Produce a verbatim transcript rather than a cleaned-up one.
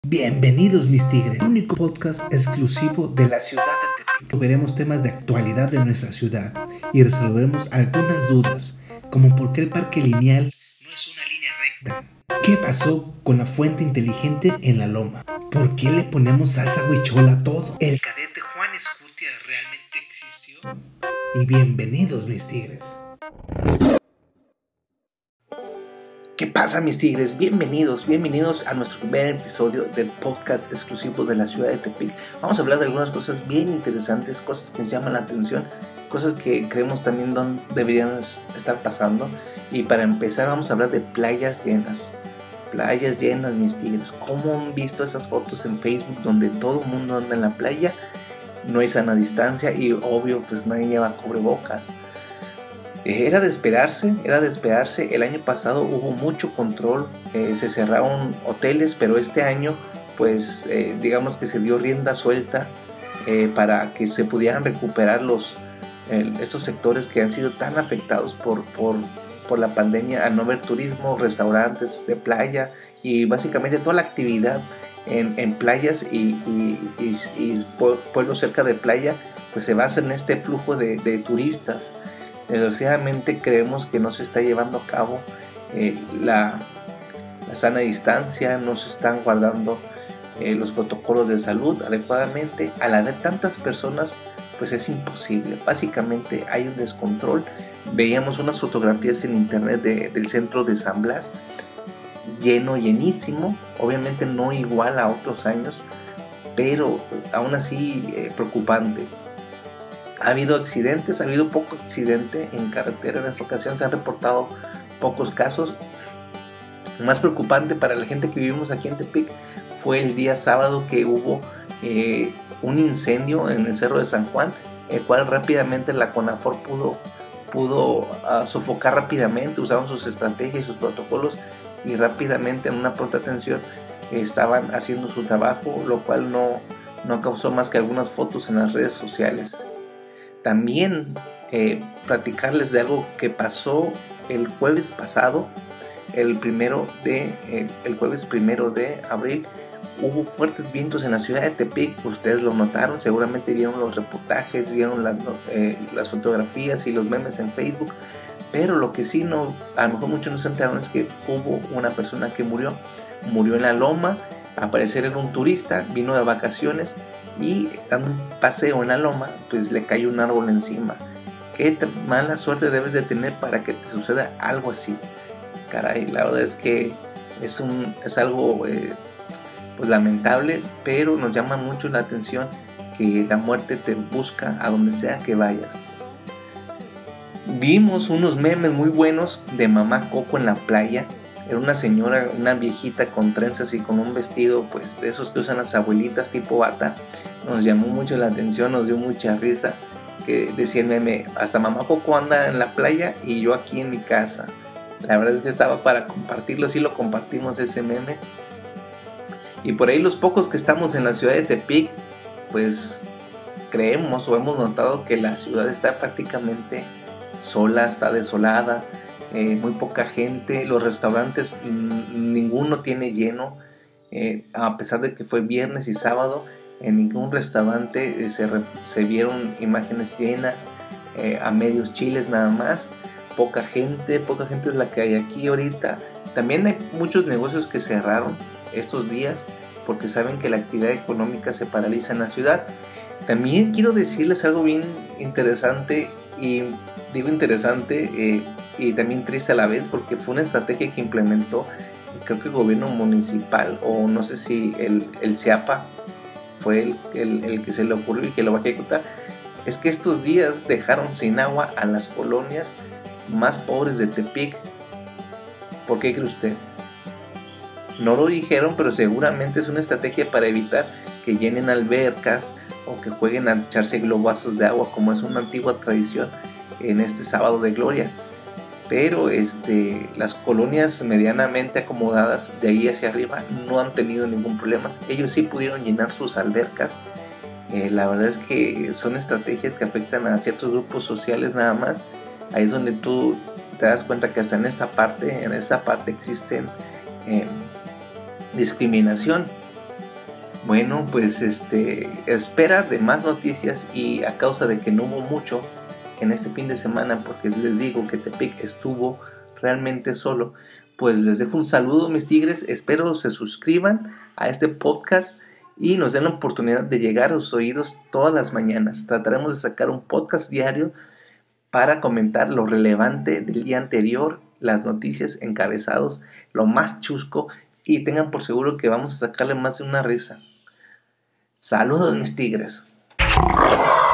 Bienvenidos mis tigres, el único podcast exclusivo de la ciudad de Tepic. Veremos temas de actualidad de nuestra ciudad y resolveremos algunas dudas, como por qué el parque lineal no es una línea recta, qué pasó con la fuente inteligente en la loma, por qué le ponemos salsa huichola a todo, el cadete Juan Escutia realmente existió, y bienvenidos mis tigres. ¿Qué pasa mis tigres? Bienvenidos, bienvenidos a nuestro primer episodio del podcast exclusivo de la ciudad de Tepic. Vamos a hablar de algunas cosas bien interesantes, cosas que nos llaman la atención, cosas que creemos también donde deberían estar pasando. Y para empezar vamos a hablar de playas llenas. Playas llenas mis tigres. ¿Cómo han visto esas fotos en Facebook donde todo el mundo anda en la playa? No hay sana distancia y obvio pues nadie lleva cubrebocas. Era de esperarse, era de esperarse. El año pasado hubo mucho control, eh, se cerraron hoteles, pero este año, pues, eh, digamos que se dio rienda suelta eh, para que se pudieran recuperar los, eh, estos sectores que han sido tan afectados por, por, por la pandemia, al no haber turismo, restaurantes de playa y básicamente toda la actividad en, en playas y, y, y, y pueblos cerca de playa, pues se basa en este flujo de, de turistas. Desgraciadamente creemos que no se está llevando a cabo eh, la, la sana distancia, no se están guardando eh, los protocolos de salud adecuadamente. Al haber tantas personas, pues es imposible. Básicamente hay un descontrol. Veíamos unas fotografías en internet de, del centro de San Blas, lleno, llenísimo. Obviamente no igual a otros años, pero aún así eh, preocupante. Ha habido accidentes, ha habido poco accidente en carretera en esta ocasión, se han reportado pocos casos. Más preocupante para la gente que vivimos aquí en Tepic fue el día sábado que hubo eh, un incendio en el Cerro de San Juan, el cual rápidamente la CONAFOR pudo, pudo uh, sofocar rápidamente, usaron sus estrategias y sus protocolos y rápidamente en una pronta atención eh, estaban haciendo su trabajo, lo cual no, no causó más que algunas fotos en las redes sociales. También eh, platicarles de algo que pasó el jueves pasado, el primero de eh, el jueves primero de abril. Hubo fuertes vientos en la ciudad de Tepic, ustedes lo notaron, seguramente vieron los reportajes, vieron las, eh, las fotografías y los memes en Facebook, pero lo que sí no, a lo mejor muchos no se enteraron es que hubo una persona que murió, murió en la loma. Al parecer era un turista, vino de vacaciones y dando un paseo en la loma, pues le cayó un árbol encima. Qué mala suerte debes de tener para que te suceda algo así. Caray, la verdad es que es, un, es algo eh, pues lamentable, pero nos llama mucho la atención que la muerte te busca a donde sea que vayas. Vimos unos memes muy buenos de mamá Coco en la playa. Era una señora, una viejita con trenzas y con un vestido pues de esos que usan las abuelitas tipo bata. Nos llamó mucho la atención, nos dio mucha risa, que decía el meme, hasta mamá Coco anda en la playa y yo aquí en mi casa. La verdad es que estaba para compartirlo, sí lo compartimos ese meme. Y por ahí los pocos que estamos en la ciudad de Tepic, pues creemos o hemos notado que la ciudad está prácticamente sola, está desolada. Eh, muy poca gente, los restaurantes n- ninguno tiene lleno, eh, a pesar de que fue viernes y sábado, en ningún restaurante eh, se, re- se vieron imágenes llenas, eh, a medios chiles nada más, poca gente, poca gente es la que hay aquí ahorita. También hay muchos negocios que cerraron estos días porque saben que la actividad económica se paraliza en la ciudad. También quiero decirles algo bien interesante, y digo interesante eh, y también triste a la vez, porque fue una estrategia que implementó creo que el gobierno municipal, o no sé si el, el CIAPA fue el, el, el que se le ocurrió y que lo va a ejecutar. Es que estos días dejaron sin agua a las colonias más pobres de Tepic. ¿Por qué cree usted? No lo dijeron, pero seguramente es una estrategia para evitar que llenen albercas o que jueguen a echarse globazos de agua, como es una antigua tradición en este sábado de gloria. Pero este, las colonias medianamente acomodadas de ahí hacia arriba no han tenido ningún problema. Ellos sí pudieron llenar sus albercas. Eh, la verdad es que son estrategias que afectan a ciertos grupos sociales nada más. Ahí es donde tú te das cuenta que hasta en esta parte, en esta parte existen eh, discriminación. Bueno, pues este, espera de más noticias y a causa de que no hubo mucho en este fin de semana, porque les digo que Tepic estuvo realmente solo, pues les dejo un saludo, mis tigres. Espero se suscriban a este podcast y nos den la oportunidad de llegar a sus oídos todas las mañanas. Trataremos de sacar un podcast diario para comentar lo relevante del día anterior, las noticias, encabezados, lo más chusco, y tengan por seguro que vamos a sacarle más de una risa. Saludos, mis tigres.